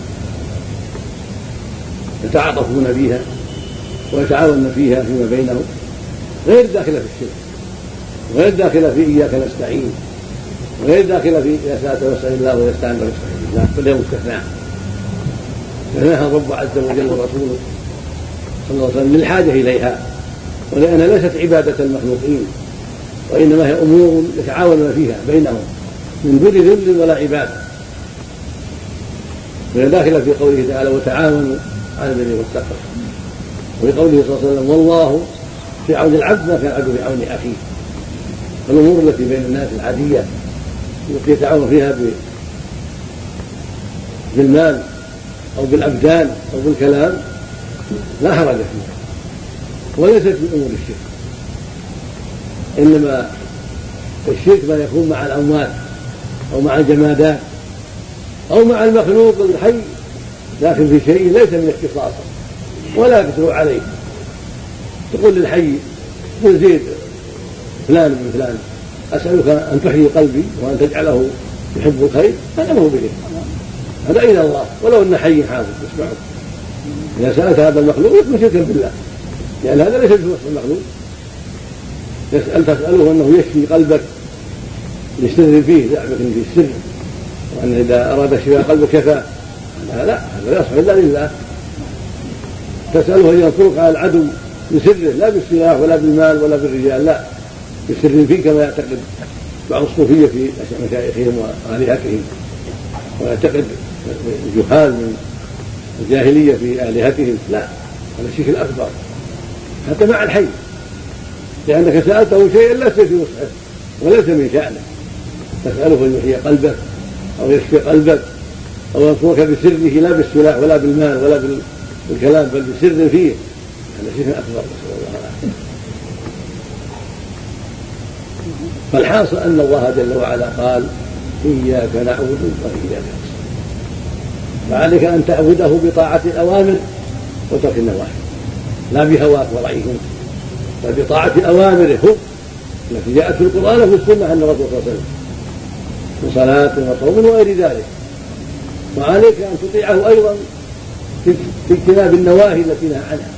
يتعاطفون بها ويتعاونون فيها فيما بينهم، غير داخلة في الشرك، غير داخلة في إياك نستعين، غير داخلة في إذا سألت فاسأل الله وإذا استعنت فاستعن بالله، كلها مستثناة استثناها الرب عز وجل ورسوله صلى الله عليه وسلم للحاجة إليها، ولأنها ليست عبادة المخلوقين وإنما هي أمور يتعاونون فيها بينهم من دون ذل ولا عبادة، وهي داخلة في قوله تعالى: وتعاونوا على البر والتقوى، وفي قوله صلى الله عليه وسلم: والله في عون العبد ما كان العبد في عون أخيه. الأمور التي بين الناس العادية التي يتعاون فيها بالمال أو بالأبدان أو بالكلام لا حرج فيها، وليست من أمور الشرك، إنما الشرك ما يكون مع الأموات أو مع الجمادات أو مع المخلوق الحي لكن في شيء ليس من اختصاصه ولا تدعو عليه، تقول للحي قل زيد فلان من فلان أسألك أن تحيي قلبي وأن تجعله يحب الخير، هذا ما هو بذلك، هذا إلى الله ولو أن حي حافظ يسمعه. إذا سألت هذا المخلوق يكون شركا بالله، لأن هذا ليس بوصف المخلوق. تسأله أنه يشفي قلبك يستدر فيه لعبك في السر، وأن إذا أراد شفاء قلبك شفاه، هذا لا يصح إلا لله. تسأله أن ينصرك على العدو بسره لا بالسلاح ولا بالمال ولا بالرجال، لا بسر فيه كما يعتقد بعض الصوفية في مشايخهم وآلهتهم، ويعتقد الجهال من الجاهلية في آلهتهم، لا هذا الشرك الأكبر حتى مع الحي، لأنك سألته شيئا ليس في وسعه وليس من شأنه. تسأله أن يحيي قلبك أو يشفي قلبك أو ينصرك بسره لا بالسلاح ولا بالمال ولا بالكلام بل بسر فيه، هذا شيء أكبر، نسأل الله العافية. فالحاصل أن الله جل وعلا قال إياك نعبد وإياك نستعين، فعليك أن تعبده بطاعة الأوامر وترك النواهي، لا بهواك ورأيك، بل بطاعة أوامره هو التي جاءت في القرآن وفي السنة عن الرسول صلى الله عليه وسلم من صلاة وصوم وغير ذلك. وعليك أن تطيعه أيضا في اجتناب النواهي التي نهى عنها.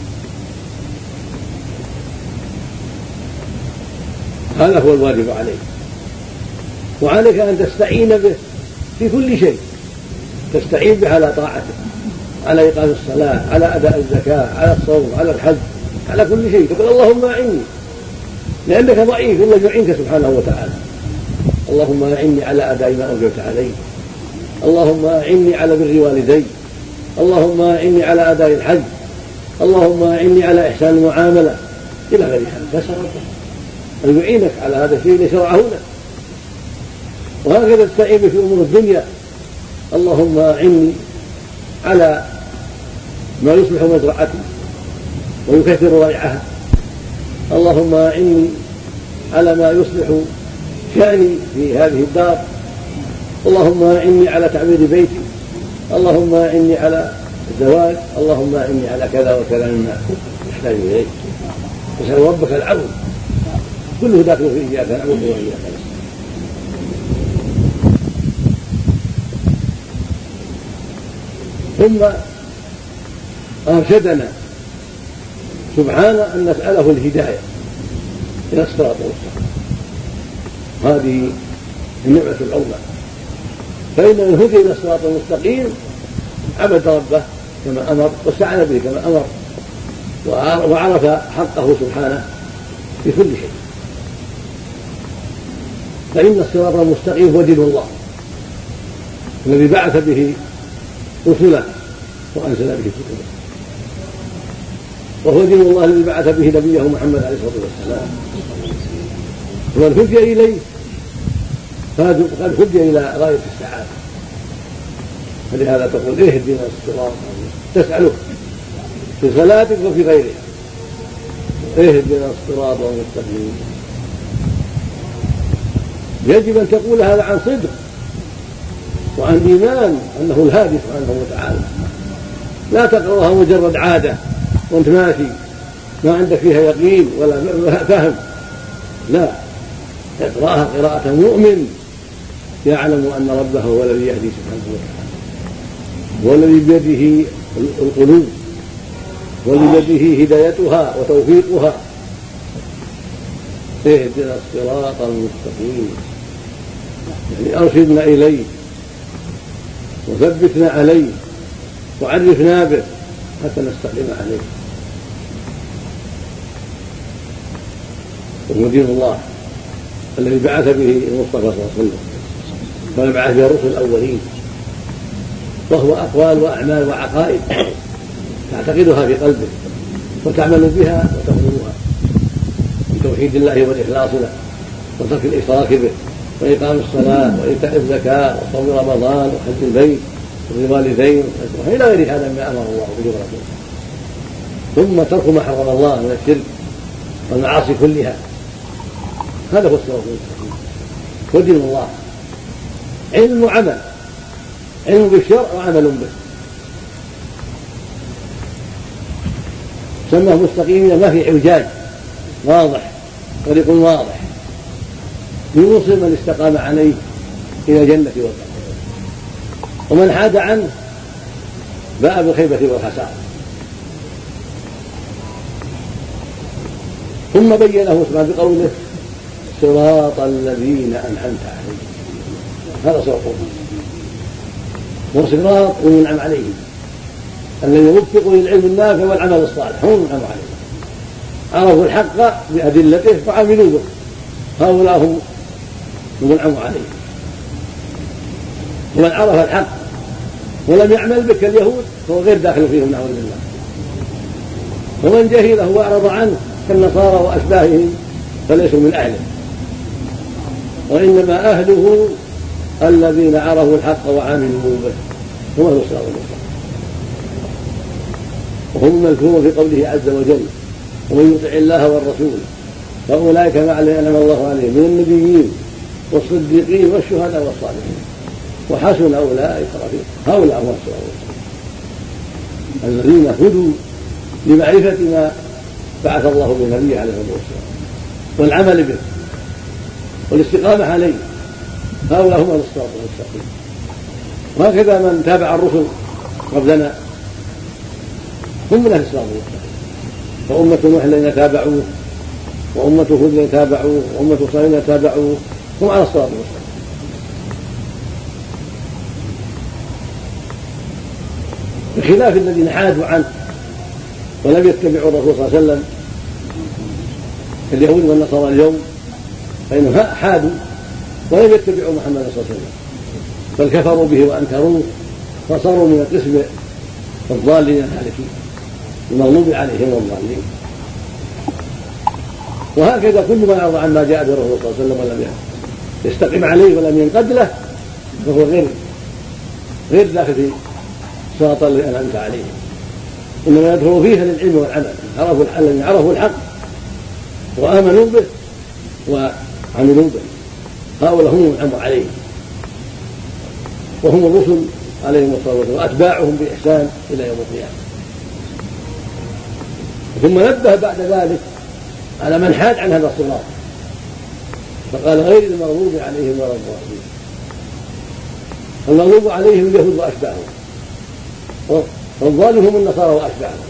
هذا هو الواجب عليك. وعليك أن تستعين به في كل شيء، تستعين به على طاعته، على إقام الصلاة، على أداء الزكاة، على الصوم، على الحج، على كل شيء. تقول اللهم أعني، لأنك ضعيف إلا يعينك سبحانه وتعالى. اللهم أعني على أداء ما أوجبت علي، اللهم أعني على بر والدي، اللهم أعني على أداء الحج، اللهم أعني على إحسان المعاملة إلى غير هذا. فاسأل ربك أن يعينك على هذا الشيء الذي شرعه لك. وهكذا تستعين في أمور الدنيا، اللهم أعني على ما يصلح مزرعتي ويكثر ريعها، اللهم أعني على ما يصلح شأني في هذه الدار، اللهم أعني على تعمير بيتي، اللهم أعني على الزواج، اللهم أعني على كذا وكذا مما يحتاج إليه. تسأل ربك العون، كله داخل في إياك نعبد وإياك نستعين. ثم أرشدنا سبحانه أن نسأله الهداية إلى الصراط المستقيم، هذه النعمة العظمى. فإن من هدي إلى الصراط المستقيم عبد ربه كما أمر واستعان به كما أمر، وعرف حقه سبحانه في كل شيء. فإن الصراط المستقيم هو دين الله الذي بعث به رسله وأنزل به كتبه، وهو دين الله الذي بعث به نبيه محمد عليه الصلاة والسلام. ومن هدي إليه قد هدي إلى غاية السعادة. فلهذا تقول اهدنا الصراط، تسأله في صلاتك وفي غيرها، اهدنا الصراط المستقيم. يجب أن تقول هذا عن صدق وعن إيمان أنه الهادي سبحانه وتعالى، لا تقرأها مجرد عادة وأنت ماشي ما عندك فيها يقين ولا فهم، لا، اقرأها قراءة مؤمن يعلم أن ربه هو الذي يهدي سبحانه وتعالى، هو الذي بيده القلوب والذي بيده هدايتها وتوفيقها. اهدنا الصراط المستقيم، يعني أرشدنا إليه وثبتنا عليه وعرفنا به حتى نستقيم عليه. وهو دين الله الذي بعث به المصطفى صلى الله عليه وسلم وبعث به الرسل الأولين، وهو أقوال وأعمال وعقائد تعتقدها في قلبك وتعمل بها وتقولها بتوحيد الله والإخلاص له وترك الإشراك به وإقام الصلاة وإيتاء الزكاة وصوم رمضان وحج البيت والوالدين إلى غير هذا مما أمر الله به ورسوله. ثم ترك ما حرم الله من الشرك والمعاصي كلها. هذا هو الصراط المستقيم ودين الله، علم وعمل. علم بالشرع وعمل به. سماه مستقيم ما في اعوجاج، واضح، طريق واضح يوصل من استقام عليه إلى الجنة والنعيم، ومن حاد عنه باء بالخيبة والخسارة. ثم بينه سبحانه بقوله صراط الذين أنعمت عليهم، هذا صراط وصراط ينعم عليهم الذين وفقوا للعلم النافع والعمل الصالح، هم ينعم عليهم، عرفوا الحق بأدلته وعملوا به، هؤلاء هم ينعم عليهم. ومن عرف الحق ولم يعمل به كاليهود فهو غير داخل فيهم نعوذ بالله. ومن جهله واعرض عنه كالنصارى واشباههم فليسوا من اهله، وانما اهله الذين عرفوا الحق وعملوا به، هم اهل الصراط المستقيم. وهم مذكورون في قوله عز وجل ومن يطع الله والرسول فاولئك مع الذين انعم الله عليهم من النبيين والصديقين والشهداء والصالحين وحسن اولئك رفيقا. هؤلاء هم الصراط الذين هدوا لمعرفه ما بعث الله بالنبي عليه الصلاه والسلام والعمل به والاستقامه عليه، هؤلاء هم الصراط المستقيم. وهكذا من تابع الرسل قبلنا هم من اهل الصراط المستقيم، فأمة نوح الذين تابعوه وأمة هود الذين تابعوه وأمة صالح الذين تابعوه هم على الصراط المستقيم. بخلاف الذين حادوا عنه ولم يتبعوا الرسول صلى الله عليه وسلم كاليهود والنصارى اليوم، فإنهم حادوا ولم يتبعوا محمد صلى الله عليه وسلم بل كفروا به وأنكروه فصاروا من القسم الضالين الهالكين المغلوب عليهم والضالين. وهكذا كل من أعرض عن ما جاء به الرسول صلى الله عليه وسلم ولم يستقم عليه ولم ينقد له فهو غير داخل في صراط الذين أنعمت عليهم، إنما يدخل فيها للعلم والعمل، الذين عرفوا الحق وآمنوا به وعملوا به، هؤلاء هم ينعم عليهم وهم الرسل عليهم الصلاة والسلام وأتباعهم بإحسان إلى يوم القيامة. ثم نبه بعد ذلك على من حاد عن هذا الصراط فقال غير المغضوب عليهم ولا الضالين. المغضوب عليهم اليهود وأشباههم، والضالين هم النصارى وأشباههم،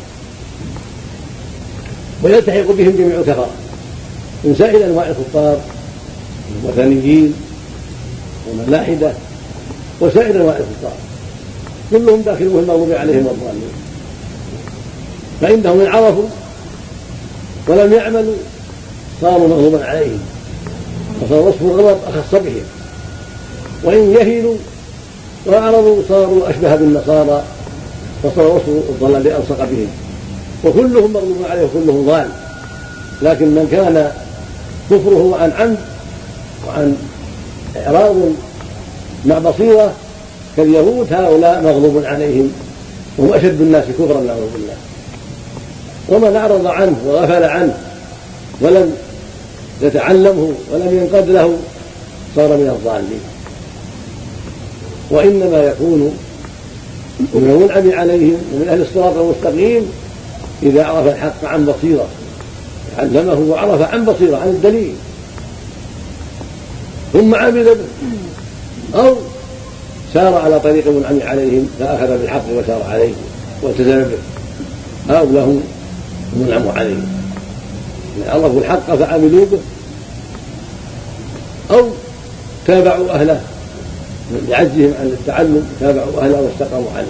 ويلتحق بهم جميع الكفرة من سائر أنواع الكفار والوثنيين والملاحدة وسائر أنواع الكفار كلهم داخلون في المغضوب عليهم والضالين. فإنهم إن عرفوا ولم يعملوا صاروا مغضوبا عليهم فصار وصف الغضب أخص بهم، وإن جهلوا وأعرضوا صاروا أشبه بالنصارى فصار وصف الضلال ألصق بهم، وكلهم مغضوب عليه وكلهم ضال. لكن من كان كفره عن عمد وعن إعراض مع بصيرة كاليهود هؤلاء مغضوب عليهم وهم أشد الناس كفرا نعوذ بالله. ومن أعرض عنه وغفل عنه ولم يتعلمه ولم ينقد له صار من الضالين. وإنما يكون من المنعم عليهم ومن أهل الصراط المستقيم إذا عرف الحق عن بصيرة علمه وعرف عن بصيرة عن الدليل ثم عمل به، أو سار على طريق المنعم عليهم فأخذ بالحق وسار عليه والتزم به، هؤلاء هم المنعم عليهم عرفوا الحق فعملوا به أو تابعوا أهله لعجزهم عن التعلم تابعوا أهله واستقاموا عليه.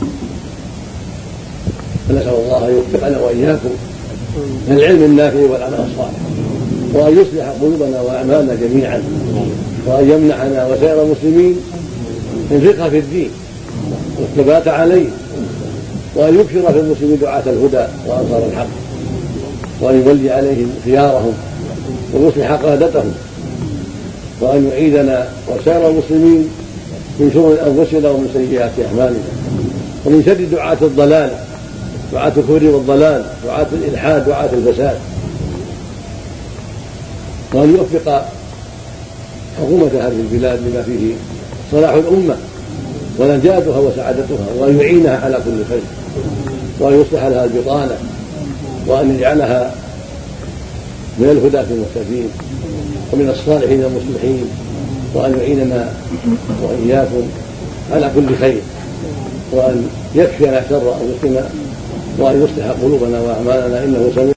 فنسأل الله أن يوفقنا وإياكم للعلم النافع والعمل الصالح، وأن يصلح قلوبنا وأعمالنا جميعا، وأن يمنحنا وسائر المسلمين الفقه في الدين والثبات عليه، وأن يكثر في المسلمين دعاة الهدى وأنصار الحق، وأن يولي عليهم خيارهم ويصلح قادتهم، وأن يعيذنا وسائر المسلمين من شرور أنفسنا ومن سيئات أعمالنا، ومن شر دعاة الضلال دعاة الكفر والضلال دعاة الإلحاد دعاة الفساد، وأن يوفق حكومة هذه البلاد لما فيه صلاح الأمة ونجاتها وسعادتها، وأن يعينها على كل خير، وأن يصلح لها البطانة، وأن يجعلها من الهداة المهتدين ومن الصالحين المصلحين، وأن يعيننا وإياكم على كل خير، وأن يكفينا شر أنفسنا، وأن يصلح قلوبنا وأعمالنا، إنه سميع